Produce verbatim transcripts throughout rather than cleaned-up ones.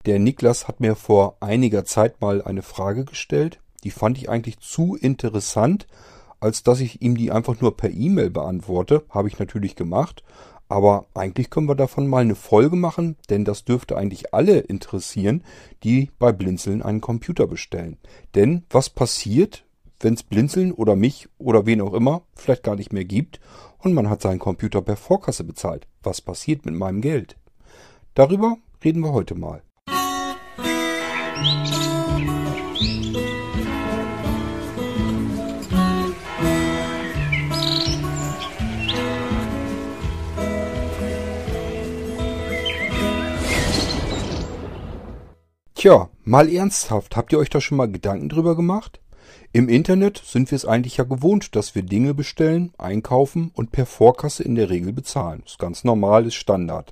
Der Niklas hat mir vor einiger Zeit mal eine Frage gestellt. Die fand ich eigentlich zu interessant, als dass ich ihm die einfach nur per E-Mail beantworte. Habe ich natürlich gemacht. Aber eigentlich können wir davon mal eine Folge machen, denn das dürfte eigentlich alle interessieren, die bei Blinzeln einen Computer bestellen. Denn was passiert, wenn es Blinzeln oder mich oder wen auch immer vielleicht gar nicht mehr gibt und man hat seinen Computer per Vorkasse bezahlt? Was passiert mit meinem Geld? Darüber reden wir heute mal. Tja, mal ernsthaft, habt ihr euch da schon mal Gedanken drüber gemacht? Im Internet sind wir es eigentlich ja gewohnt, dass wir Dinge bestellen, einkaufen und per Vorkasse in der Regel bezahlen. Das ist ganz normal, ist Standard.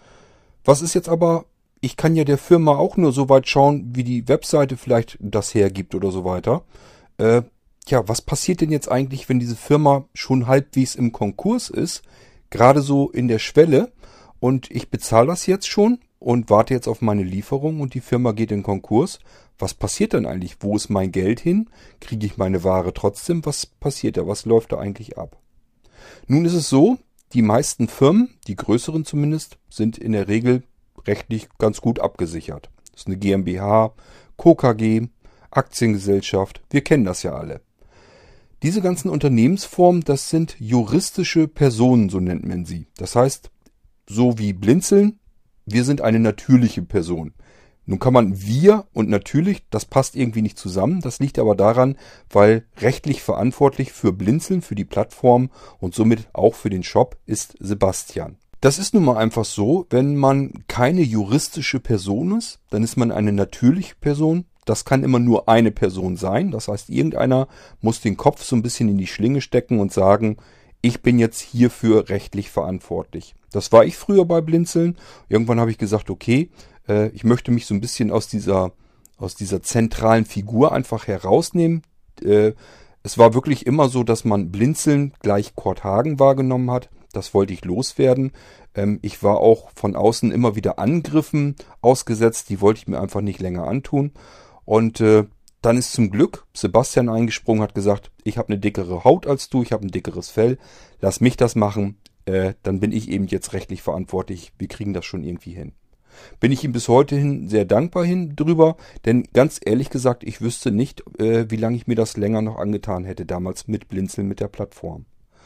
Was ist jetzt aber, ich kann ja der Firma auch nur so weit schauen, wie die Webseite vielleicht das hergibt oder so weiter. Äh, ja, was passiert denn jetzt eigentlich, wenn diese Firma schon halbwegs im Konkurs ist, gerade so in der Schwelle und ich bezahle das jetzt schon? Und warte jetzt auf meine Lieferung und die Firma geht in Konkurs. Was passiert dann eigentlich? Wo ist mein Geld hin? Kriege ich meine Ware trotzdem? Was passiert da? Was läuft da eigentlich ab? Nun ist es so, die meisten Firmen, die größeren zumindest, sind in der Regel rechtlich ganz gut abgesichert. Das ist eine GmbH, Co. K G, Aktiengesellschaft. Wir kennen das ja alle. Diese ganzen Unternehmensformen, das sind juristische Personen, so nennt man sie. Das heißt, so wie Blinzeln, wir sind eine natürliche Person. Nun kann man wir und natürlich, das passt irgendwie nicht zusammen. Das liegt aber daran, weil rechtlich verantwortlich für Blinzeln, für die Plattform und somit auch für den Shop ist Sebastian. Das ist nun mal einfach so, wenn man keine juristische Person ist, dann ist man eine natürliche Person. Das kann immer nur eine Person sein. Das heißt, irgendeiner muss den Kopf so ein bisschen in die Schlinge stecken und sagen, ich bin jetzt hierfür rechtlich verantwortlich. Das war ich früher bei Blinzeln. Irgendwann habe ich gesagt, okay, äh, ich möchte mich so ein bisschen aus dieser, aus dieser zentralen Figur einfach herausnehmen. Äh, es war wirklich immer so, dass man Blinzeln gleich Kurt Hagen wahrgenommen hat. Das wollte ich loswerden. Ähm, ich war auch von außen immer wieder Angriffen ausgesetzt. Die wollte ich mir einfach nicht länger antun. Und äh, dann ist zum Glück Sebastian eingesprungen, hat gesagt, ich habe eine dickere Haut als du, ich habe ein dickeres Fell, lass mich das machen, äh, dann bin ich eben jetzt rechtlich verantwortlich, wir kriegen das schon irgendwie hin. Bin ich ihm bis heute hin sehr dankbar hin drüber, denn ganz ehrlich gesagt, ich wüsste nicht, äh, wie lange ich mir das länger noch angetan hätte, damals mit Blinzeln mit der Plattform.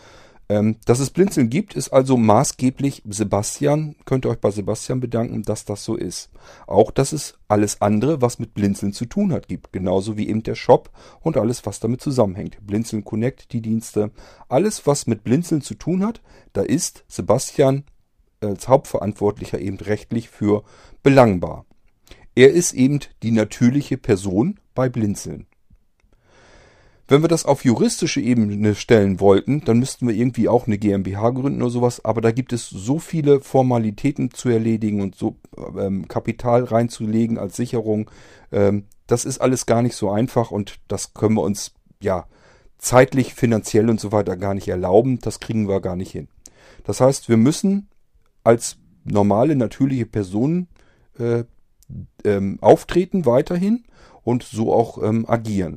Ähm, dass es Blinzeln gibt, ist also maßgeblich Sebastian. Könnt ihr euch bei Sebastian bedanken, dass das so ist. Auch, dass es alles andere, was mit Blinzeln zu tun hat, gibt. Genauso wie eben der Shop und alles, was damit zusammenhängt. Blinzeln Connect, die Dienste. Alles, was mit Blinzeln zu tun hat, da ist Sebastian als Hauptverantwortlicher eben rechtlich für belangbar. Er ist eben die natürliche Person bei Blinzeln. Wenn wir das auf juristische Ebene stellen wollten, dann müssten wir irgendwie auch eine GmbH gründen oder sowas. Aber da gibt es so viele Formalitäten zu erledigen und so ähm, Kapital reinzulegen als Sicherung. Ähm, das ist alles gar nicht so einfach und das können wir uns ja zeitlich, finanziell und so weiter gar nicht erlauben. Das kriegen wir gar nicht hin. Das heißt, wir müssen als normale, natürliche Personen äh, ähm, auftreten weiterhin und so auch ähm, agieren.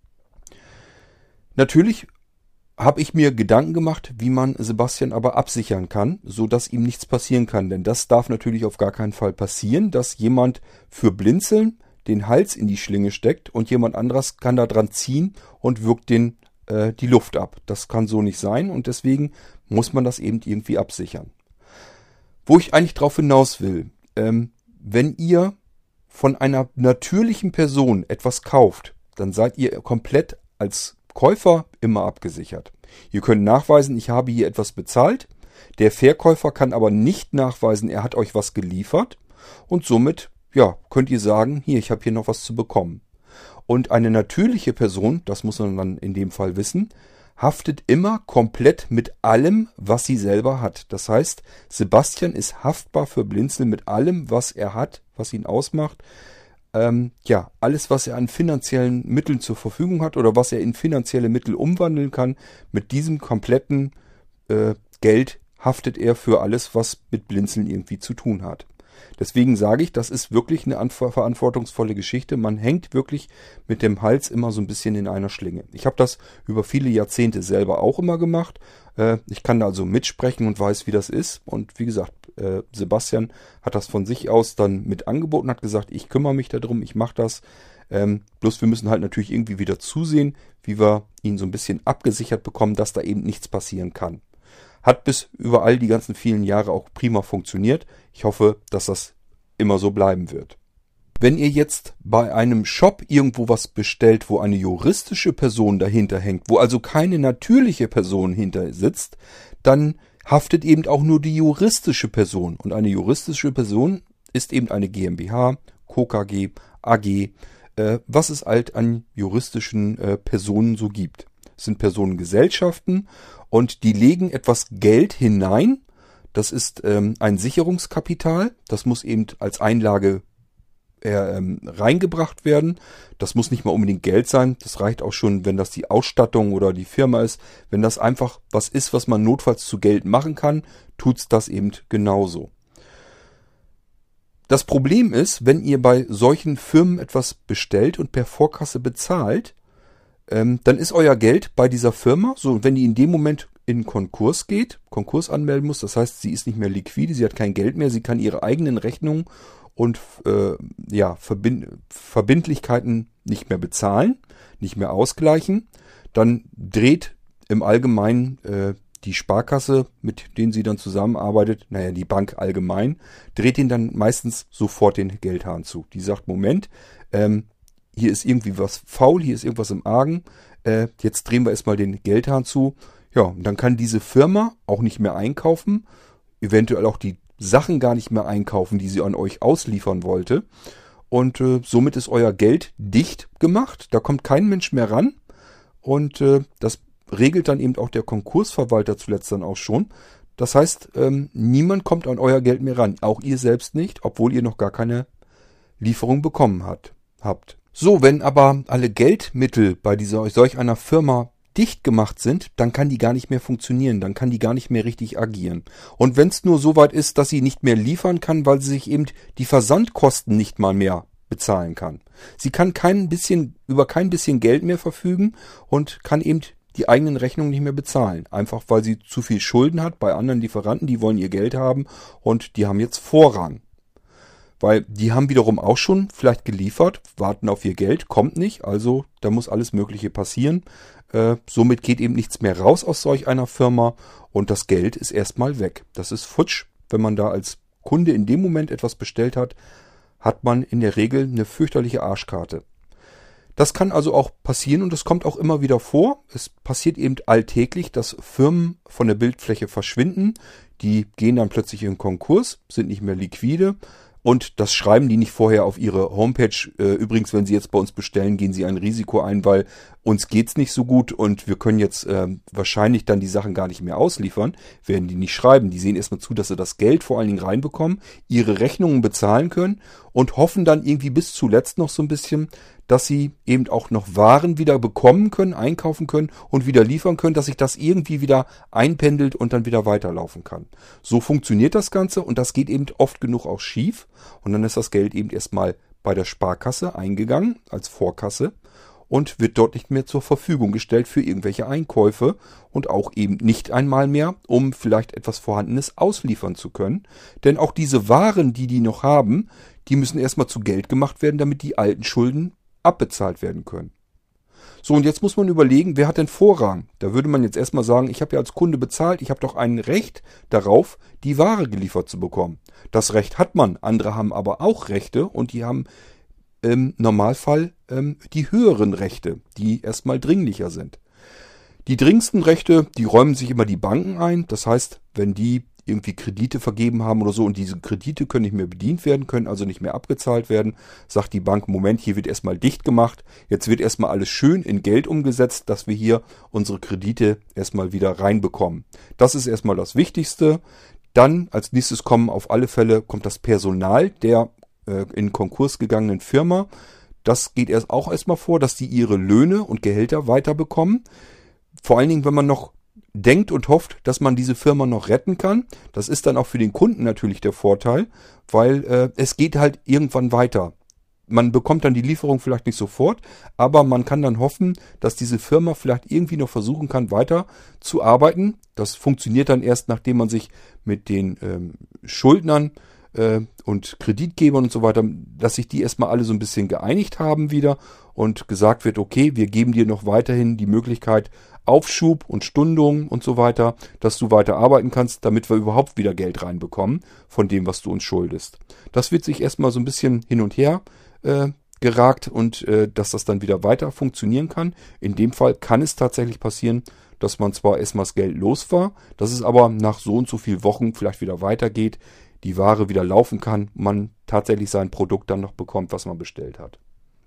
Natürlich habe ich mir Gedanken gemacht, wie man Sebastian aber absichern kann, so dass ihm nichts passieren kann. Denn das darf natürlich auf gar keinen Fall passieren, dass jemand für Blinzeln den Hals in die Schlinge steckt und jemand anderes kann da dran ziehen und wirkt den äh, die Luft ab. Das kann so nicht sein und deswegen muss man das eben irgendwie absichern. Wo ich eigentlich drauf hinaus will, ähm, wenn ihr von einer natürlichen Person etwas kauft, dann seid ihr komplett als Käufer immer abgesichert. Ihr könnt nachweisen, ich habe hier etwas bezahlt. Der Verkäufer kann aber nicht nachweisen, er hat euch was geliefert. Und somit, ja, könnt ihr sagen, hier, ich habe hier noch was zu bekommen. Und eine natürliche Person, das muss man dann in dem Fall wissen, haftet immer komplett mit allem, was sie selber hat. Das heißt, Sebastian ist haftbar für Blinzeln mit allem, was er hat, was ihn ausmacht. Ähm, ja, alles, was er an finanziellen Mitteln zur Verfügung hat oder was er in finanzielle Mittel umwandeln kann, mit diesem kompletten äh, Geld haftet er für alles, was mit Blinzeln irgendwie zu tun hat. Deswegen sage ich, das ist wirklich eine anver- verantwortungsvolle Geschichte. Man hängt wirklich mit dem Hals immer so ein bisschen in einer Schlinge. Ich habe das über viele Jahrzehnte selber auch immer gemacht. Äh, ich kann da also mitsprechen und weiß, wie das ist. Und wie gesagt, äh, Sebastian hat das von sich aus dann mit angeboten, hat gesagt, ich kümmere mich darum, ich mache das. Ähm, bloß wir müssen halt natürlich irgendwie wieder zusehen, wie wir ihn so ein bisschen abgesichert bekommen, dass da eben nichts passieren kann. Hat bis über all die ganzen vielen Jahre auch prima funktioniert. Ich hoffe, dass das immer so bleiben wird. Wenn ihr jetzt bei einem Shop irgendwo was bestellt, wo eine juristische Person dahinter hängt, wo also keine natürliche Person hinter sitzt, dann haftet eben auch nur die juristische Person. Und eine juristische Person ist eben eine GmbH, Co. K G, A G, äh, was es halt an juristischen äh, Personen so gibt. Es sind Personengesellschaften und die legen etwas Geld hinein. Das ist ähm, ein Sicherungskapital. Das muss eben als Einlage äh, ähm, reingebracht werden. Das muss nicht mal unbedingt Geld sein. Das reicht auch schon, wenn das die Ausstattung oder die Firma ist. Wenn das einfach was ist, was man notfalls zu Geld machen kann, tut's das eben genauso. Das Problem ist, wenn ihr bei solchen Firmen etwas bestellt und per Vorkasse bezahlt, ähm, dann ist euer Geld bei dieser Firma, so wenn die in dem Moment in Konkurs geht, Konkurs anmelden muss, das heißt, sie ist nicht mehr liquide, sie hat kein Geld mehr, sie kann ihre eigenen Rechnungen und äh, ja, Verbind Verbindlichkeiten nicht mehr bezahlen, nicht mehr ausgleichen, dann dreht im Allgemeinen äh, die Sparkasse, mit denen sie dann zusammenarbeitet, naja, die Bank allgemein, dreht ihnen dann meistens sofort den Geldhahn zu. Die sagt, Moment, ähm, hier ist irgendwie was faul, hier ist irgendwas im Argen, äh, jetzt drehen wir erstmal den Geldhahn zu. Ja, und dann kann diese Firma auch nicht mehr einkaufen, eventuell auch die Sachen gar nicht mehr einkaufen, die sie an euch ausliefern wollte. Und äh, somit ist euer Geld dicht gemacht, da kommt kein Mensch mehr ran. Und äh, das regelt dann eben auch der Konkursverwalter zuletzt dann auch schon. Das heißt, ähm, niemand kommt an euer Geld mehr ran, auch ihr selbst nicht, obwohl ihr noch gar keine Lieferung bekommen hat, habt. So, wenn aber alle Geldmittel bei dieser solch einer Firma dicht gemacht sind, dann kann die gar nicht mehr funktionieren, dann kann die gar nicht mehr richtig agieren. Und wenn es nur so weit ist, dass sie nicht mehr liefern kann, weil sie sich eben die Versandkosten nicht mal mehr bezahlen kann. Sie kann kein bisschen, über kein bisschen Geld mehr verfügen und kann eben die eigenen Rechnungen nicht mehr bezahlen. Einfach weil sie zu viel Schulden hat bei anderen Lieferanten, die wollen ihr Geld haben und die haben jetzt Vorrang. Weil die haben wiederum auch schon vielleicht geliefert, warten auf ihr Geld, kommt nicht, also da muss alles Mögliche passieren. Äh, somit geht eben nichts mehr raus aus solch einer Firma und das Geld ist erstmal weg. Das ist futsch. Wenn man da als Kunde in dem Moment etwas bestellt hat, hat man in der Regel eine fürchterliche Arschkarte. Das kann also auch passieren und es kommt auch immer wieder vor. Es passiert eben alltäglich, dass Firmen von der Bildfläche verschwinden. Die gehen dann plötzlich in Konkurs, sind nicht mehr liquide. Und das schreiben die nicht vorher auf ihre Homepage. Äh, übrigens, wenn Sie jetzt bei uns bestellen, gehen Sie ein Risiko ein, weil uns geht's nicht so gut und wir können jetzt äh, wahrscheinlich dann die Sachen gar nicht mehr ausliefern. Werden die nicht schreiben. Die sehen erstmal zu, dass sie das Geld vor allen Dingen reinbekommen, ihre Rechnungen bezahlen können und hoffen dann irgendwie bis zuletzt noch so ein bisschen, dass sie eben auch noch Waren wieder bekommen können, einkaufen können und wieder liefern können, dass sich das irgendwie wieder einpendelt und dann wieder weiterlaufen kann. So funktioniert das Ganze und das geht eben oft genug auch schief und dann ist das Geld eben erstmal bei der Sparkasse eingegangen als Vorkasse und wird dort nicht mehr zur Verfügung gestellt für irgendwelche Einkäufe und auch eben nicht einmal mehr, um vielleicht etwas Vorhandenes ausliefern zu können. Denn auch diese Waren, die die noch haben, die müssen erstmal zu Geld gemacht werden, damit die alten Schulden abbezahlt werden können. So, und jetzt muss man überlegen, wer hat denn Vorrang? Da würde man jetzt erstmal sagen, ich habe ja als Kunde bezahlt, ich habe doch ein Recht darauf, die Ware geliefert zu bekommen. Das Recht hat man, andere haben aber auch Rechte und die haben im Normalfall ähm, die höheren Rechte, die erstmal dringlicher sind. Die dringendsten Rechte, die räumen sich immer die Banken ein. Das heißt, wenn die irgendwie Kredite vergeben haben oder so und diese Kredite können nicht mehr bedient werden, können also nicht mehr abgezahlt werden, sagt die Bank, Moment, hier wird erstmal dicht gemacht, jetzt wird erstmal alles schön in Geld umgesetzt, dass wir hier unsere Kredite erstmal wieder reinbekommen. Das ist erstmal das Wichtigste. Dann als nächstes kommen auf alle Fälle, kommt das Personal der äh, in Konkurs gegangenen Firma. Das geht erst auch erstmal vor, dass die ihre Löhne und Gehälter weiterbekommen. Vor allen Dingen, wenn man noch denkt und hofft, dass man diese Firma noch retten kann. Das ist dann auch für den Kunden natürlich der Vorteil, weil äh, es geht halt irgendwann weiter. Man bekommt dann die Lieferung vielleicht nicht sofort, aber man kann dann hoffen, dass diese Firma vielleicht irgendwie noch versuchen kann, weiter zu arbeiten. Das funktioniert dann erst, nachdem man sich mit den ähm, Schuldnern äh, und Kreditgebern und so weiter, dass sich die erstmal alle so ein bisschen geeinigt haben wieder und gesagt wird, okay, wir geben dir noch weiterhin die Möglichkeit, Aufschub und Stundung und so weiter, dass du weiter arbeiten kannst, damit wir überhaupt wieder Geld reinbekommen von dem, was du uns schuldest. Das wird sich erstmal so ein bisschen hin und her äh, geragt und äh, dass das dann wieder weiter funktionieren kann. In dem Fall kann es tatsächlich passieren, dass man zwar erstmal das Geld los war, dass es aber nach so und so vielen Wochen vielleicht wieder weitergeht, die Ware wieder laufen kann, man tatsächlich sein Produkt dann noch bekommt, was man bestellt hat.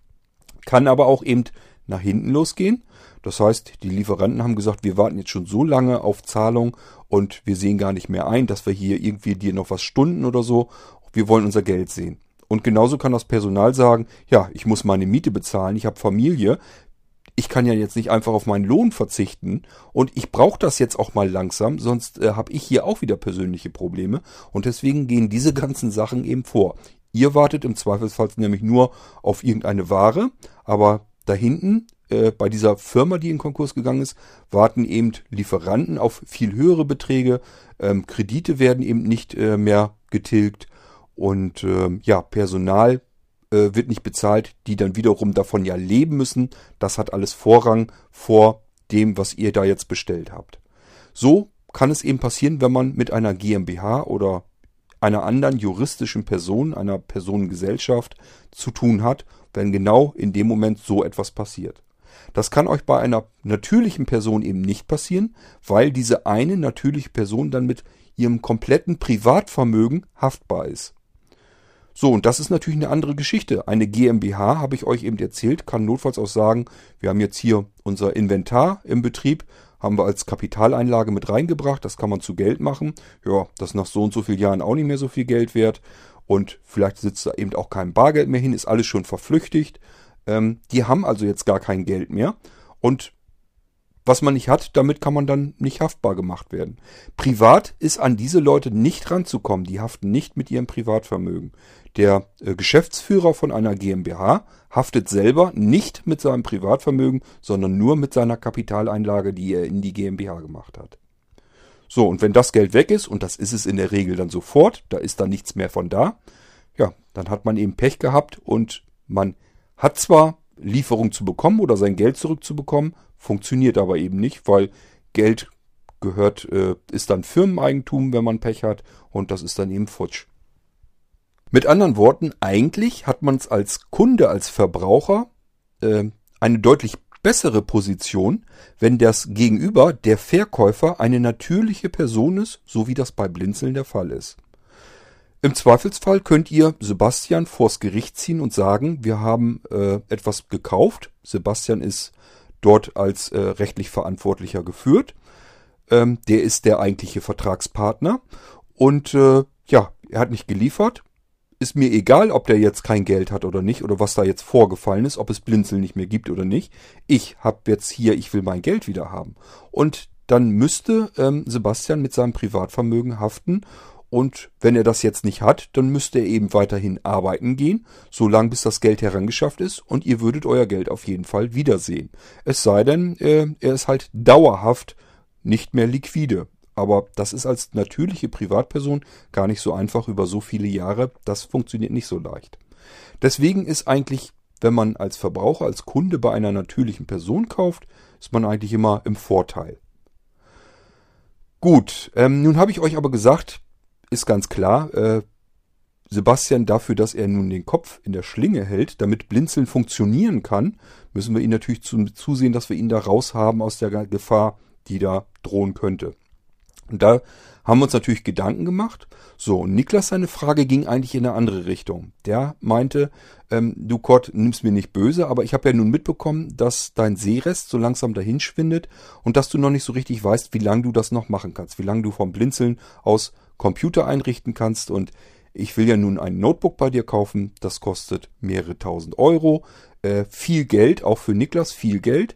Kann aber auch eben nach hinten losgehen. Das heißt, die Lieferanten haben gesagt, wir warten jetzt schon so lange auf Zahlung und wir sehen gar nicht mehr ein, dass wir hier irgendwie dir noch was stunden oder so. Wir wollen unser Geld sehen. Und genauso kann das Personal sagen, ja, ich muss meine Miete bezahlen, ich habe Familie, ich kann ja jetzt nicht einfach auf meinen Lohn verzichten und ich brauche das jetzt auch mal langsam, sonst äh, habe ich hier auch wieder persönliche Probleme und deswegen gehen diese ganzen Sachen eben vor. Ihr wartet im Zweifelsfall nämlich nur auf irgendeine Ware, aber da hinten äh, bei dieser Firma, die in Konkurs gegangen ist, warten eben Lieferanten auf viel höhere Beträge, ähm, Kredite werden eben nicht äh, mehr getilgt und äh, ja, Personal äh, wird nicht bezahlt, die dann wiederum davon ja leben müssen. Das hat alles Vorrang vor dem, was ihr da jetzt bestellt habt. So kann es eben passieren, wenn man mit einer GmbH oder einer anderen juristischen Person, einer Personengesellschaft zu tun hat, wenn genau in dem Moment so etwas passiert. Das kann euch bei einer natürlichen Person eben nicht passieren, weil diese eine natürliche Person dann mit ihrem kompletten Privatvermögen haftbar ist. So, und das ist natürlich eine andere Geschichte. Eine GmbH, habe ich euch eben erzählt, kann notfalls auch sagen, wir haben jetzt hier unser Inventar im Betrieb, haben wir als Kapitaleinlage mit reingebracht, das kann man zu Geld machen. Ja, das ist nach so und so vielen Jahren auch nicht mehr so viel Geld wert. Und vielleicht sitzt da eben auch kein Bargeld mehr hin, ist alles schon verflüchtigt. Ähm, die haben also jetzt gar kein Geld mehr. Und was man nicht hat, damit kann man dann nicht haftbar gemacht werden. Privat ist an diese Leute nicht ranzukommen. Die haften nicht mit ihrem Privatvermögen. Der äh, Geschäftsführer von einer GmbH haftet selber nicht mit seinem Privatvermögen, sondern nur mit seiner Kapitaleinlage, die er in die GmbH gemacht hat. So, und wenn das Geld weg ist, und das ist es in der Regel dann sofort, da ist dann nichts mehr von da, ja, dann hat man eben Pech gehabt und man hat zwar Lieferung zu bekommen oder sein Geld zurückzubekommen, funktioniert aber eben nicht, weil Geld gehört, äh, ist dann Firmeneigentum, wenn man Pech hat, und das ist dann eben futsch. Mit anderen Worten, eigentlich hat man es als Kunde, als Verbraucher äh, eine deutlich bessere Position, wenn das Gegenüber, der Verkäufer, eine natürliche Person ist, so wie das bei Blinzeln der Fall ist. Im Zweifelsfall könnt ihr Sebastian vors Gericht ziehen und sagen, wir haben äh, etwas gekauft. Sebastian ist dort als äh, rechtlich Verantwortlicher geführt. Ähm, der ist der eigentliche Vertragspartner. Und äh, ja, er hat nicht geliefert. Ist mir egal, ob der jetzt kein Geld hat oder nicht oder was da jetzt vorgefallen ist, ob es Blinzeln nicht mehr gibt oder nicht. Ich habe jetzt hier, ich will mein Geld wieder haben. Und dann müsste ähm, Sebastian mit seinem Privatvermögen haften. Und wenn er das jetzt nicht hat, dann müsste er eben weiterhin arbeiten gehen, solange bis das Geld herangeschafft ist und ihr würdet euer Geld auf jeden Fall wiedersehen. Es sei denn, äh, er ist halt dauerhaft nicht mehr liquide. Aber das ist als natürliche Privatperson gar nicht so einfach über so viele Jahre. Das funktioniert nicht so leicht. Deswegen ist eigentlich, wenn man als Verbraucher, als Kunde bei einer natürlichen Person kauft, ist man eigentlich immer im Vorteil. Gut, ähm, nun habe ich euch aber gesagt, ist ganz klar, äh, Sebastian dafür, dass er nun den Kopf in der Schlinge hält, damit Blinzeln funktionieren kann, müssen wir ihn natürlich zu, zusehen, dass wir ihn da raus haben aus der Gefahr, die da drohen könnte. Und da haben wir uns natürlich Gedanken gemacht. So, und Niklas, seine Frage ging eigentlich in eine andere Richtung. Der meinte, ähm, du Kurt, nimm's mir nicht böse, aber ich habe ja nun mitbekommen, dass dein Seerest so langsam dahin schwindet und dass du noch nicht so richtig weißt, wie lange du das noch machen kannst, wie lange du vom Blinzeln aus Computer einrichten kannst. Und ich will ja nun ein Notebook bei dir kaufen, das kostet mehrere tausend Euro, äh, viel Geld, auch für Niklas viel Geld.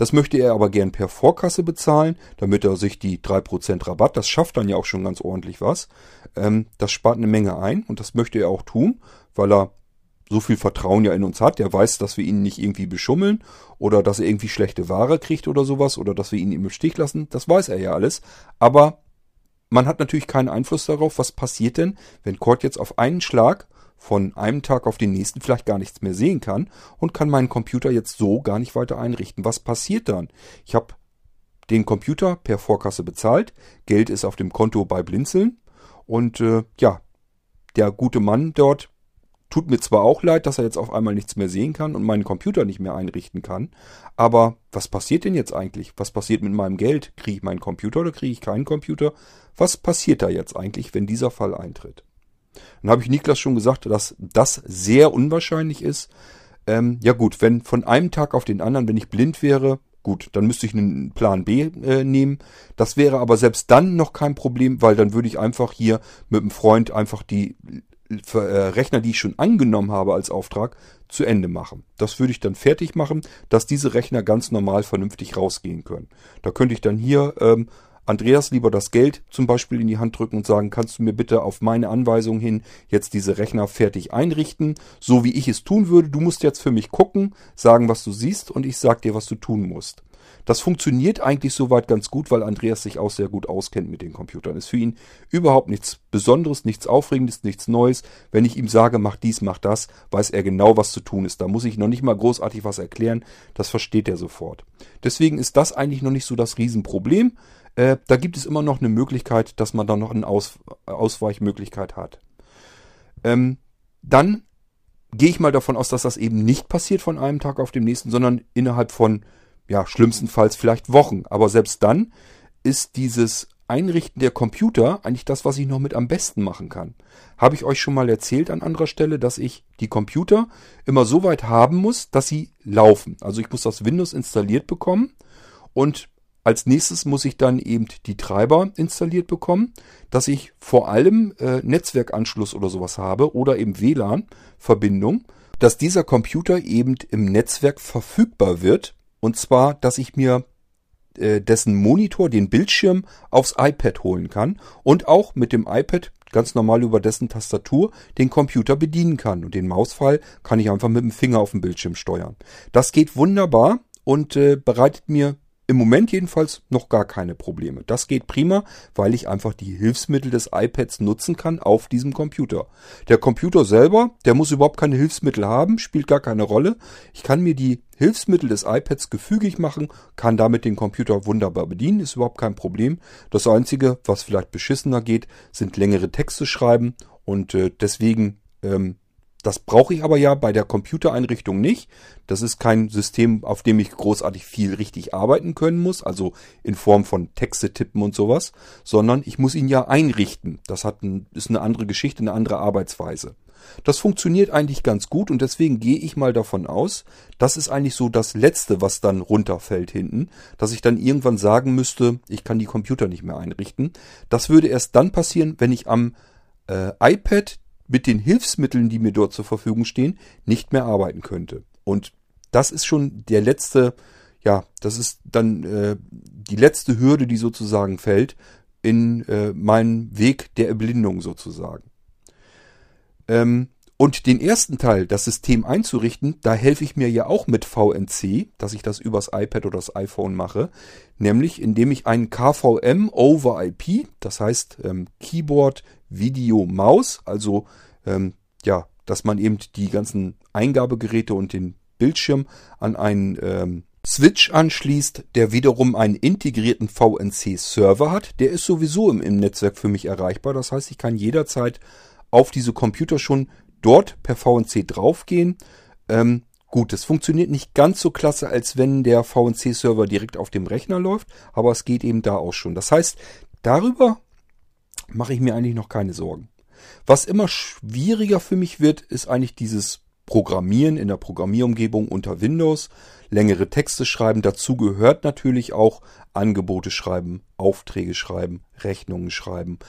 Das möchte er aber gern per Vorkasse bezahlen, damit er sich die drei Prozent Rabatt, das schafft dann ja auch schon ganz ordentlich was. Ähm, das spart eine Menge ein und das möchte er auch tun, weil er so viel Vertrauen ja in uns hat. Er weiß, dass wir ihn nicht irgendwie beschummeln oder dass er irgendwie schlechte Ware kriegt oder sowas oder dass wir ihn im Stich lassen. Das weiß er ja alles. Aber man hat natürlich keinen Einfluss darauf, was passiert denn, wenn Kurt jetzt auf einen Schlag von einem Tag auf den nächsten vielleicht gar nichts mehr sehen kann und kann meinen Computer jetzt so gar nicht weiter einrichten. Was passiert dann? Ich habe den Computer per Vorkasse bezahlt, Geld ist auf dem Konto bei Blinzeln und äh, ja, der gute Mann dort tut mir zwar auch leid, dass er jetzt auf einmal nichts mehr sehen kann und meinen Computer nicht mehr einrichten kann, aber was passiert denn jetzt eigentlich? Was passiert mit meinem Geld? Kriege ich meinen Computer oder kriege ich keinen Computer? Was passiert da jetzt eigentlich, wenn dieser Fall eintritt? Dann habe ich Niklas schon gesagt, dass das sehr unwahrscheinlich ist. Ähm, ja gut, wenn von einem Tag auf den anderen, wenn ich blind wäre, gut, dann müsste ich einen Plan B äh, nehmen. Das wäre aber selbst dann noch kein Problem, weil dann würde ich einfach hier mit einem Freund einfach die Rechner, die ich schon angenommen habe als Auftrag, zu Ende machen. Das würde ich dann fertig machen, dass diese Rechner ganz normal vernünftig rausgehen können. Da könnte ich dann hier ähm, Andreas lieber das Geld zum Beispiel in die Hand drücken und sagen, kannst du mir bitte auf meine Anweisung hin jetzt diese Rechner fertig einrichten, so wie ich es tun würde. Du musst jetzt für mich gucken, sagen, was du siehst und ich sag dir, was du tun musst. Das funktioniert eigentlich soweit ganz gut, weil Andreas sich auch sehr gut auskennt mit den Computern. Ist für ihn überhaupt nichts Besonderes, nichts Aufregendes, nichts Neues. Wenn ich ihm sage, mach dies, mach das, weiß er genau, was zu tun ist. Da muss ich noch nicht mal großartig was erklären. Das versteht er sofort. Deswegen ist das eigentlich noch nicht so das Riesenproblem. Äh, da gibt es immer noch eine Möglichkeit, dass man da noch eine Aus- Ausweichmöglichkeit hat. Ähm, dann gehe ich mal davon aus, dass das eben nicht passiert von einem Tag auf den nächsten, sondern innerhalb von ja, schlimmstenfalls vielleicht Wochen. Aber selbst dann ist dieses Einrichten der Computer eigentlich das, was ich noch mit am besten machen kann. Habe ich euch schon mal erzählt an anderer Stelle, dass ich die Computer immer so weit haben muss, dass sie laufen. Also ich muss das Windows installiert bekommen und als nächstes muss ich dann eben die Treiber installiert bekommen, dass ich vor allem äh, Netzwerkanschluss oder sowas habe oder eben W L A N-Verbindung, dass dieser Computer eben im Netzwerk verfügbar wird. Und zwar, dass ich mir äh, dessen Monitor, den Bildschirm, aufs iPad holen kann und auch mit dem iPad ganz normal über dessen Tastatur den Computer bedienen kann. Und den Mauspfeil kann ich einfach mit dem Finger auf dem Bildschirm steuern. Das geht wunderbar und äh, bereitet mir im Moment jedenfalls noch gar keine Probleme. Das geht prima, weil ich einfach die Hilfsmittel des iPads nutzen kann auf diesem Computer. Der Computer selber, der muss überhaupt keine Hilfsmittel haben, spielt gar keine Rolle. Ich kann mir die Hilfsmittel des iPads gefügig machen, kann damit den Computer wunderbar bedienen, ist überhaupt kein Problem. Das Einzige, was vielleicht beschissener geht, sind längere Texte schreiben und äh, deswegen ähm, das brauche ich aber ja bei der Computereinrichtung nicht. Das ist kein System, auf dem ich großartig viel richtig arbeiten können muss, also in Form von Texte tippen und sowas, sondern ich muss ihn ja einrichten. Das hat ein, ist eine andere Geschichte, eine andere Arbeitsweise. Das funktioniert eigentlich ganz gut und deswegen gehe ich mal davon aus, das ist eigentlich so das Letzte, was dann runterfällt hinten, dass ich dann irgendwann sagen müsste, ich kann die Computer nicht mehr einrichten. Das würde erst dann passieren, wenn ich am äh, iPad mit den Hilfsmitteln, die mir dort zur Verfügung stehen, nicht mehr arbeiten könnte. Und das ist schon der letzte, ja, das ist dann äh, die letzte Hürde, die sozusagen fällt in äh, meinen Weg der Erblindung sozusagen. Ähm, und den ersten Teil, das System einzurichten, da helfe ich mir ja auch mit V N C, dass ich das übers iPad oder das iPhone mache, nämlich indem ich einen K V M over I P, das heißt ähm, Keyboard, Video, Maus, also ähm, ja, dass man eben die ganzen Eingabegeräte und den Bildschirm an einen ähm, Switch anschließt, der wiederum einen integrierten V N C-Server hat. Der ist sowieso im, im Netzwerk für mich erreichbar. Das heißt, ich kann jederzeit auf diese Computer schon dort per V N C draufgehen. Ähm, gut, das funktioniert nicht ganz so klasse, als wenn der V N C-Server direkt auf dem Rechner läuft, aber es geht eben da auch schon. Das heißt, darüber mache ich mir eigentlich noch keine Sorgen. Was immer schwieriger für mich wird, ist eigentlich dieses Programmieren in der Programmierumgebung unter Windows, längere Texte schreiben. Dazu gehört natürlich auch Angebote schreiben, Aufträge schreiben, Rechnungen schreiben,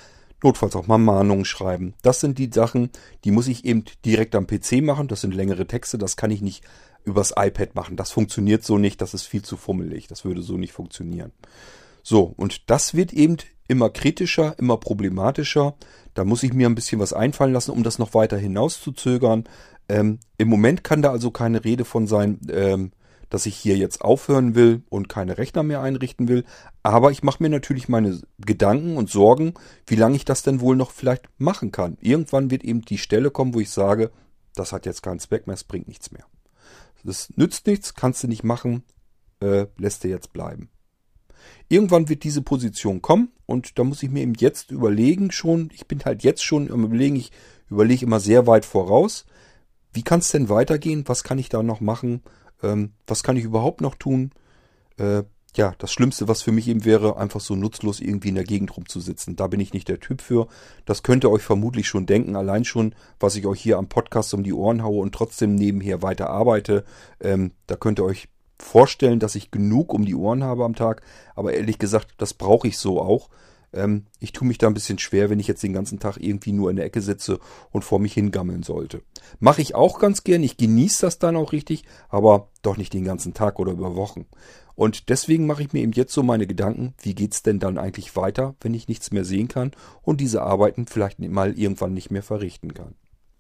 notfalls auch mal Mahnungen schreiben. Das sind die Sachen, die muss ich eben direkt am P C machen. Das sind längere Texte, das kann ich nicht übers iPad machen. Das funktioniert so nicht, das ist viel zu fummelig. Das würde so nicht funktionieren. So, und das wird eben immer kritischer, immer problematischer. Da muss ich mir ein bisschen was einfallen lassen, um das noch weiter hinauszuzögern. Ähm, im Moment kann da also keine Rede von sein, ähm, dass ich hier jetzt aufhören will und keine Rechner mehr einrichten will. Aber ich mache mir natürlich meine Gedanken und Sorgen, wie lange ich das denn wohl noch vielleicht machen kann. Irgendwann wird eben die Stelle kommen, wo ich sage, das hat jetzt keinen Zweck mehr, es bringt nichts mehr. Das nützt nichts, kannst du nicht machen, äh, lässt dir jetzt bleiben. Irgendwann wird diese Position kommen und da muss ich mir eben jetzt überlegen schon, ich bin halt jetzt schon am Überlegen, ich überlege immer sehr weit voraus, wie kann es denn weitergehen, was kann ich da noch machen, ähm, was kann ich überhaupt noch tun. Äh, ja, das Schlimmste, was für mich eben wäre, einfach so nutzlos irgendwie in der Gegend rumzusitzen. Da bin ich nicht der Typ für. Das könnt ihr euch vermutlich schon denken, allein schon, was ich euch hier am Podcast um die Ohren haue und trotzdem nebenher weiter arbeite. Ähm, da könnt ihr euch vorstellen, dass ich genug um die Ohren habe am Tag, aber ehrlich gesagt, das brauche ich so auch. Ähm, ich tue mich da ein bisschen schwer, wenn ich jetzt den ganzen Tag irgendwie nur in der Ecke sitze und vor mich hingammeln sollte. Mache ich auch ganz gern, ich genieße das dann auch richtig, aber doch nicht den ganzen Tag oder über Wochen. Und deswegen mache ich mir eben jetzt so meine Gedanken, wie geht's denn dann eigentlich weiter, wenn ich nichts mehr sehen kann und diese Arbeiten vielleicht mal irgendwann nicht mehr verrichten kann.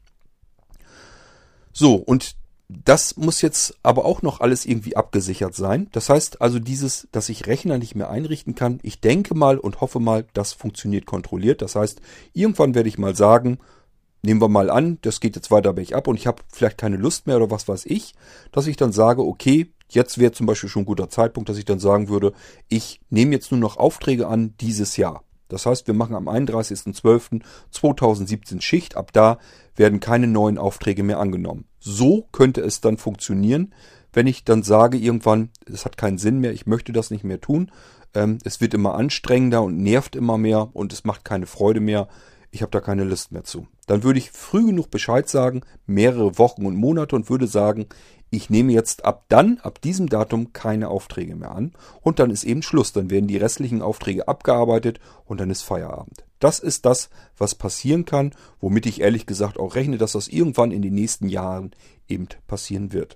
So, und das muss jetzt aber auch noch alles irgendwie abgesichert sein. Das heißt also dieses, dass ich Rechner nicht mehr einrichten kann. Ich denke mal und hoffe mal, das funktioniert kontrolliert. Das heißt, irgendwann werde ich mal sagen, nehmen wir mal an, das geht jetzt weiter bergab und ich habe vielleicht keine Lust mehr oder was weiß ich, dass ich dann sage, okay, jetzt wäre zum Beispiel schon ein guter Zeitpunkt, dass ich dann sagen würde, ich nehme jetzt nur noch Aufträge an dieses Jahr. Das heißt, wir machen am einunddreißigsten zwölften zweitausendsiebzehn Schicht. Ab da werden keine neuen Aufträge mehr angenommen. So könnte es dann funktionieren, wenn ich dann sage irgendwann, es hat keinen Sinn mehr, ich möchte das nicht mehr tun. Ähm, es wird immer anstrengender und nervt immer mehr und es macht keine Freude mehr. Ich habe da keine Lust mehr zu. Dann würde ich früh genug Bescheid sagen, mehrere Wochen und Monate und würde sagen, ich nehme jetzt ab dann, ab diesem Datum keine Aufträge mehr an und dann ist eben Schluss. Dann werden die restlichen Aufträge abgearbeitet und dann ist Feierabend. Das ist das, was passieren kann, womit ich ehrlich gesagt auch rechne, dass das irgendwann in den nächsten Jahren eben passieren wird.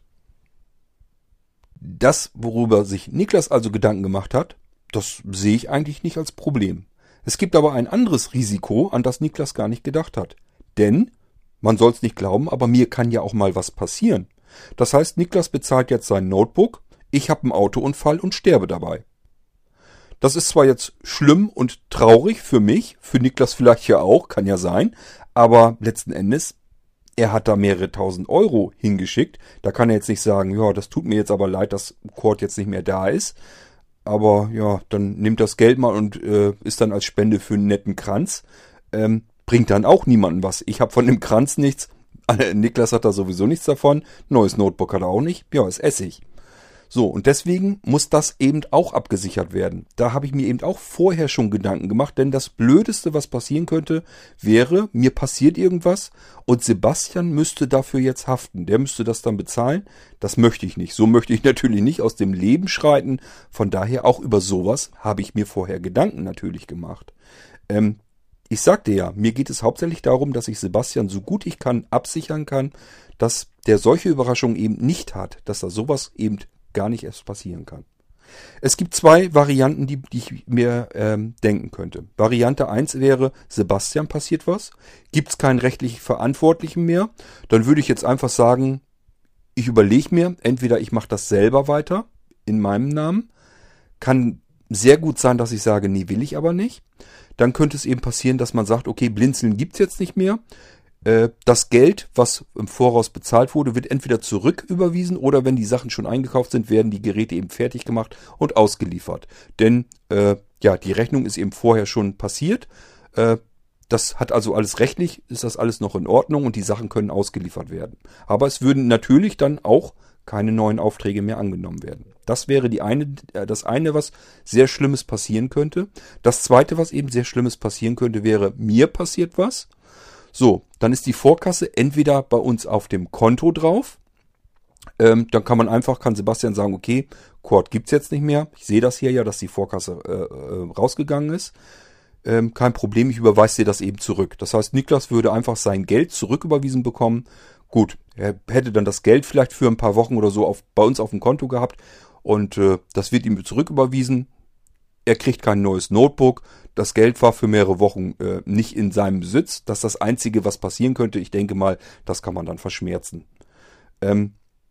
Das, worüber sich Niklas also Gedanken gemacht hat, das sehe ich eigentlich nicht als Problem. Es gibt aber ein anderes Risiko, an das Niklas gar nicht gedacht hat. Denn, man soll es nicht glauben, aber mir kann ja auch mal was passieren. Das heißt, Niklas bezahlt jetzt sein Notebook, ich habe einen Autounfall und sterbe dabei. Das ist zwar jetzt schlimm und traurig für mich, für Niklas vielleicht ja auch, kann ja sein, aber letzten Endes, er hat da mehrere tausend Euro hingeschickt. Da kann er jetzt nicht sagen, ja, das tut mir jetzt aber leid, dass Kurt jetzt nicht mehr da ist. Aber ja, dann nimmt das Geld mal und äh, ist dann als Spende für einen netten Kranz. Ähm, bringt dann auch niemandem was. Ich habe von dem Kranz nichts. Niklas hat da sowieso nichts davon. Neues Notebook hat er auch nicht. Ja, ist Essig. So, und deswegen muss das eben auch abgesichert werden. Da habe ich mir eben auch vorher schon Gedanken gemacht, denn das Blödeste, was passieren könnte, wäre, mir passiert irgendwas und Sebastian müsste dafür jetzt haften. Der müsste das dann bezahlen. Das möchte ich nicht. So möchte ich natürlich nicht aus dem Leben schreiten. Von daher auch über sowas habe ich mir vorher Gedanken natürlich gemacht. Ähm, Ich sagte ja, mir geht es hauptsächlich darum, dass ich Sebastian so gut ich kann absichern kann, dass der solche Überraschungen eben nicht hat, dass da sowas eben gar nicht erst passieren kann. Es gibt zwei Varianten, die, die ich mir ähm, denken könnte. Variante eins wäre, Sebastian passiert was, gibt es keinen rechtlich Verantwortlichen mehr, dann würde ich jetzt einfach sagen, ich überlege mir, entweder ich mache das selber weiter, in meinem Namen, kann sehr gut sein, dass ich sage, nee, will ich aber nicht. Dann könnte es eben passieren, dass man sagt, okay, Blinzeln gibt's jetzt nicht mehr. Äh, das Geld, was im Voraus bezahlt wurde, wird entweder zurücküberwiesen oder wenn die Sachen schon eingekauft sind, werden die Geräte eben fertig gemacht und ausgeliefert. Denn äh, ja, die Rechnung ist eben vorher schon passiert. Äh, das hat also alles rechtlich, ist das alles noch in Ordnung und die Sachen können ausgeliefert werden. Aber es würden natürlich dann auch keine neuen Aufträge mehr angenommen werden. Das wäre die eine, das eine, was sehr Schlimmes passieren könnte. Das zweite, was eben sehr Schlimmes passieren könnte, wäre, mir passiert was. So, dann ist die Vorkasse entweder bei uns auf dem Konto drauf. Ähm, dann kann man einfach, kann Sebastian sagen, okay, Kurt gibt's jetzt nicht mehr. Ich sehe das hier ja, dass die Vorkasse äh, äh, rausgegangen ist. ähm, kein Problem, ich überweise dir das eben zurück. Das heißt, Niklas würde einfach sein Geld zurücküberwiesen bekommen. Gut, er hätte dann das Geld vielleicht für ein paar Wochen oder so auf, bei uns auf dem Konto gehabt und äh, das wird ihm zurücküberwiesen. Er kriegt kein neues Notebook. Das Geld war für mehrere Wochen äh, nicht in seinem Besitz. Das ist das Einzige, was passieren könnte. Ich denke mal, das kann man dann verschmerzen. Ähm,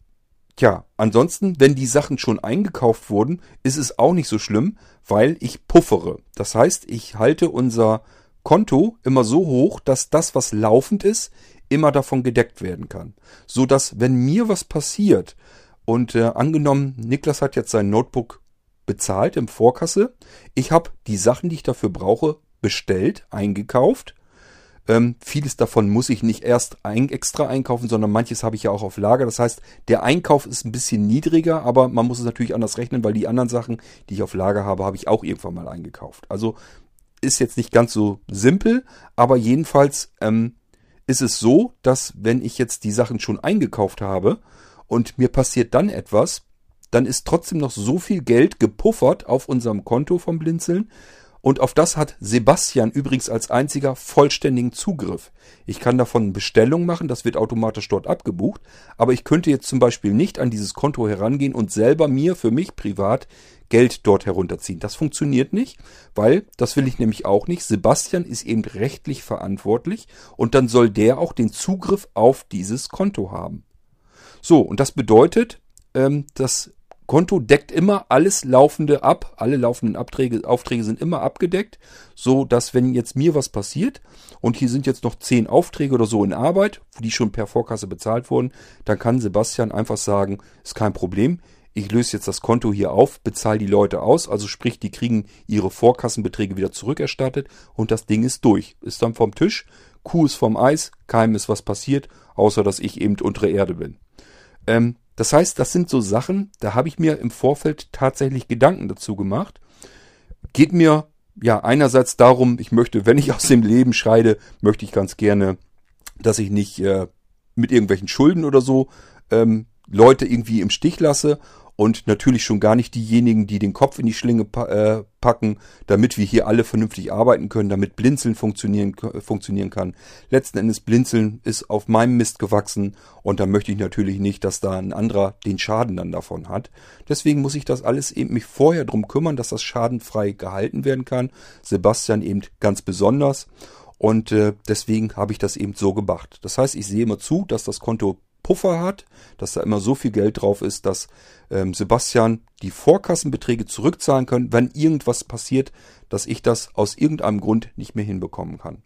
tja, ansonsten, wenn die Sachen schon eingekauft wurden, ist es auch nicht so schlimm, weil ich puffere. Das heißt, ich halte unser Konto immer so hoch, dass das, was laufend ist, immer davon gedeckt werden kann. So dass, wenn mir was passiert und äh, angenommen, Niklas hat jetzt sein Notebook bezahlt im Vorkasse. Ich habe die Sachen, die ich dafür brauche, bestellt, eingekauft. Ähm, vieles davon muss ich nicht erst ein, extra einkaufen, sondern manches habe ich ja auch auf Lager. Das heißt, der Einkauf ist ein bisschen niedriger, aber man muss es natürlich anders rechnen, weil die anderen Sachen, die ich auf Lager habe, habe ich auch irgendwann mal eingekauft. Also ist jetzt nicht ganz so simpel, aber jedenfalls ähm, ist es so, dass wenn ich jetzt die Sachen schon eingekauft habe und mir passiert dann etwas, dann ist trotzdem noch so viel Geld gepuffert auf unserem Konto vom Blinzeln. Und auf das hat Sebastian übrigens als einziger vollständigen Zugriff. Ich kann davon eine Bestellung machen, das wird automatisch dort abgebucht. Aber ich könnte jetzt zum Beispiel nicht an dieses Konto herangehen und selber mir für mich privat Geld dort herunterziehen. Das funktioniert nicht, weil, das will ich nämlich auch nicht, Sebastian ist eben rechtlich verantwortlich und dann soll der auch den Zugriff auf dieses Konto haben. So, und das bedeutet, ähm, dass Konto deckt immer alles Laufende ab. Alle laufenden Abträge, Aufträge sind immer abgedeckt, so dass wenn jetzt mir was passiert und hier sind jetzt noch zehn Aufträge oder so in Arbeit, die schon per Vorkasse bezahlt wurden, dann kann Sebastian einfach sagen, ist kein Problem. Ich löse jetzt das Konto hier auf, bezahle die Leute aus, also sprich, die kriegen ihre Vorkassenbeträge wieder zurückerstattet und das Ding ist durch. Ist dann vom Tisch, Kuh ist vom Eis, keinem ist was passiert, außer dass ich eben untere Erde bin. Ähm, Das heißt, das sind so Sachen, da habe ich mir im Vorfeld tatsächlich Gedanken dazu gemacht. Geht mir ja einerseits darum, ich möchte, wenn ich aus dem Leben scheide, möchte ich ganz gerne, dass ich nicht äh, mit irgendwelchen Schulden oder so ähm, Leute irgendwie im Stich lasse. Und natürlich schon gar nicht diejenigen, die den Kopf in die Schlinge pa- äh, packen, damit wir hier alle vernünftig arbeiten können, damit Blinzeln funktionieren, äh, funktionieren kann. Letzten Endes Blinzeln ist auf meinem Mist gewachsen und da möchte ich natürlich nicht, dass da ein anderer den Schaden dann davon hat. Deswegen muss ich das alles eben mich vorher drum kümmern, dass das schadenfrei gehalten werden kann. Sebastian eben ganz besonders und äh, deswegen habe ich das eben so gemacht. Das heißt, ich sehe immer zu, dass das Konto Puffer hat, dass da immer so viel Geld drauf ist, dass ähm, Sebastian die Vorkassenbeträge zurückzahlen kann, wenn irgendwas passiert, dass ich das aus irgendeinem Grund nicht mehr hinbekommen kann.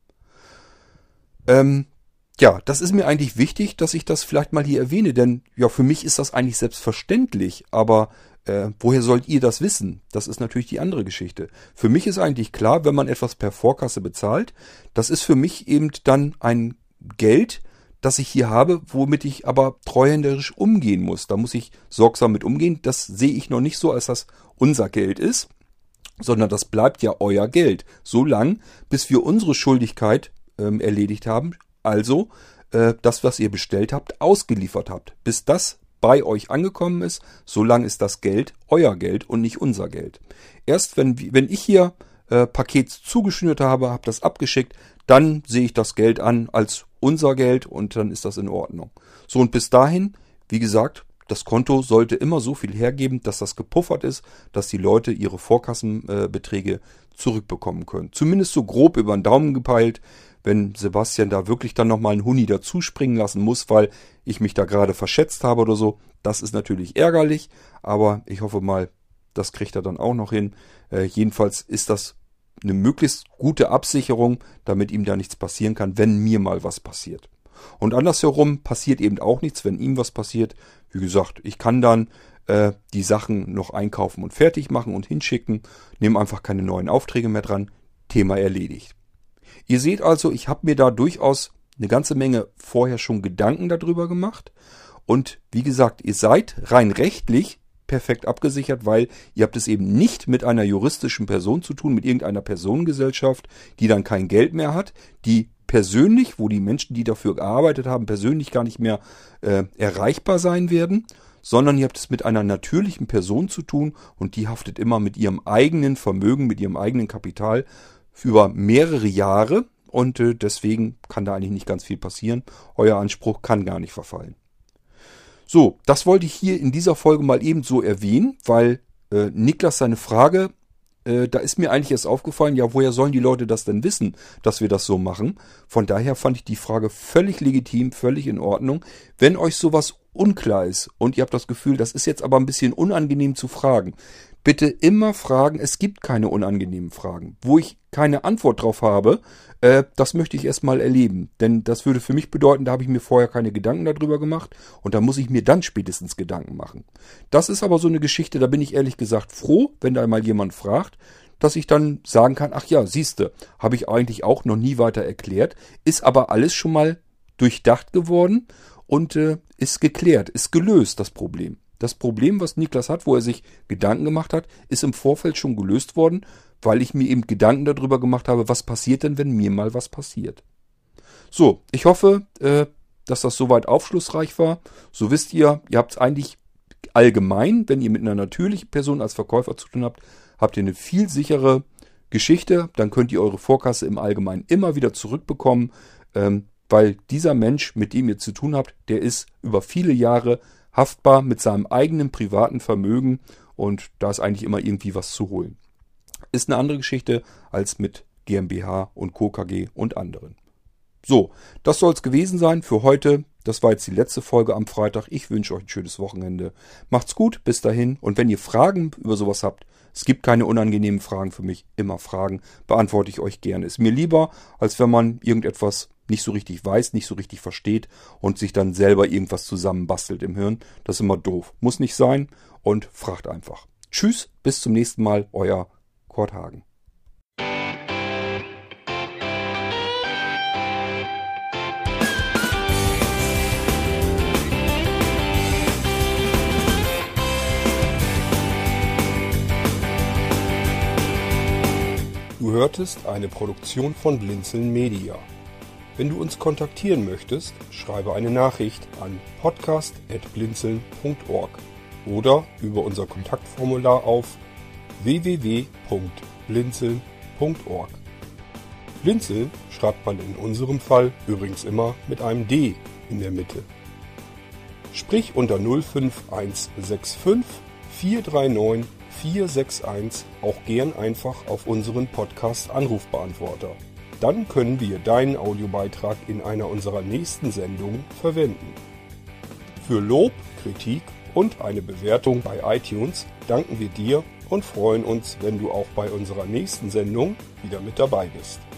Ähm, ja, das ist mir eigentlich wichtig, dass ich das vielleicht mal hier erwähne, denn ja, für mich ist das eigentlich selbstverständlich, aber äh, woher sollt ihr das wissen? Das ist natürlich die andere Geschichte. Für mich ist eigentlich klar, wenn man etwas per Vorkasse bezahlt, das ist für mich eben dann ein Geld, das ich hier habe, womit ich aber treuhänderisch umgehen muss. Da muss ich sorgsam mit umgehen. Das sehe ich noch nicht so, als das unser Geld ist, sondern das bleibt ja euer Geld. So lang, bis wir unsere Schuldigkeit ähm, erledigt haben. Also äh, das, was ihr bestellt habt, ausgeliefert habt. Bis das bei euch angekommen ist, so lang ist das Geld euer Geld und nicht unser Geld. Erst wenn, wenn ich hier äh, Paket zugeschnürt habe, habe das abgeschickt, dann sehe ich das Geld an als unser Geld und dann ist das in Ordnung. So, und bis dahin, wie gesagt, das Konto sollte immer so viel hergeben, dass das gepuffert ist, dass die Leute ihre Vorkassenbeträge zurückbekommen können. Zumindest so grob über den Daumen gepeilt, wenn Sebastian da wirklich dann nochmal einen Huni dazu springen lassen muss, weil ich mich da gerade verschätzt habe oder so. Das ist natürlich ärgerlich, aber ich hoffe mal, das kriegt er dann auch noch hin. Äh, jedenfalls ist das eine möglichst gute Absicherung, damit ihm da nichts passieren kann, wenn mir mal was passiert. Und andersherum passiert eben auch nichts, wenn ihm was passiert. Wie gesagt, ich kann dann äh, die Sachen noch einkaufen und fertig machen und hinschicken, nehme einfach keine neuen Aufträge mehr dran, Thema erledigt. Ihr seht also, ich habe mir da durchaus eine ganze Menge vorher schon Gedanken darüber gemacht. Und wie gesagt, ihr seid rein rechtlich perfekt abgesichert, weil ihr habt es eben nicht mit einer juristischen Person zu tun, mit irgendeiner Personengesellschaft, die dann kein Geld mehr hat, die persönlich, wo die Menschen, die dafür gearbeitet haben, persönlich gar nicht mehr äh, erreichbar sein werden, sondern ihr habt es mit einer natürlichen Person zu tun und die haftet immer mit ihrem eigenen Vermögen, mit ihrem eigenen Kapital über mehrere Jahre und äh, deswegen kann da eigentlich nicht ganz viel passieren. Euer Anspruch kann gar nicht verfallen. So, das wollte ich hier in dieser Folge mal eben so erwähnen, weil äh, Niklas seine Frage, äh, da ist mir eigentlich erst aufgefallen, ja, woher sollen die Leute das denn wissen, dass wir das so machen? Von daher fand ich die Frage völlig legitim, völlig in Ordnung. Wenn euch sowas unklar ist und ihr habt das Gefühl, das ist jetzt aber ein bisschen unangenehm zu fragen, bitte immer fragen, es gibt keine unangenehmen Fragen. Wo ich keine Antwort drauf habe, äh, das möchte ich erstmal erleben. Denn das würde für mich bedeuten, da habe ich mir vorher keine Gedanken darüber gemacht und da muss ich mir dann spätestens Gedanken machen. Das ist aber so eine Geschichte, da bin ich ehrlich gesagt froh, wenn da mal jemand fragt, dass ich dann sagen kann, ach ja, siehste, habe ich eigentlich auch noch nie weiter erklärt, ist aber alles schon mal durchdacht geworden und äh, ist geklärt, ist gelöst, das Problem. Das Problem, was Niklas hat, wo er sich Gedanken gemacht hat, ist im Vorfeld schon gelöst worden, weil ich mir eben Gedanken darüber gemacht habe, was passiert denn, wenn mir mal was passiert. So, ich hoffe, äh, dass das soweit aufschlussreich war. So wisst ihr, ihr habt es eigentlich allgemein, wenn ihr mit einer natürlichen Person als Verkäufer zu tun habt, habt ihr eine viel sichere Geschichte. Dann könnt ihr eure Vorkasse im Allgemeinen immer wieder zurückbekommen, ähm, weil dieser Mensch, mit dem ihr zu tun habt, der ist über viele Jahre haftbar mit seinem eigenen privaten Vermögen und da ist eigentlich immer irgendwie was zu holen. Ist eine andere Geschichte als mit GmbH und Co. K G und anderen. So, das soll es gewesen sein für heute. Das war jetzt die letzte Folge am Freitag. Ich wünsche euch ein schönes Wochenende. Macht's gut, bis dahin. Und wenn ihr Fragen über sowas habt, es gibt keine unangenehmen Fragen für mich, immer Fragen, beantworte ich euch gerne. Ist mir lieber, als wenn man irgendetwas nicht so richtig weiß, nicht so richtig versteht und sich dann selber irgendwas zusammenbastelt im Hirn. Das ist immer doof. Muss nicht sein und fragt einfach. Tschüss, bis zum nächsten Mal, euer Kurt Hagen. Du hörtest eine Produktion von Blinzeln Media. Wenn du uns kontaktieren möchtest, schreibe eine Nachricht an podcast at blinzeln punkt org oder über unser Kontaktformular auf w w w punkt blinzeln punkt org. Blinzeln schreibt man in unserem Fall übrigens immer mit einem D in der Mitte. Sprich unter null fünf eins sechs fünf vier drei neun vier sechs eins auch gern einfach auf unseren Podcast-Anrufbeantworter. Dann können wir deinen Audiobeitrag in einer unserer nächsten Sendungen verwenden. Für Lob, Kritik und eine Bewertung bei iTunes danken wir dir und freuen uns, wenn du auch bei unserer nächsten Sendung wieder mit dabei bist.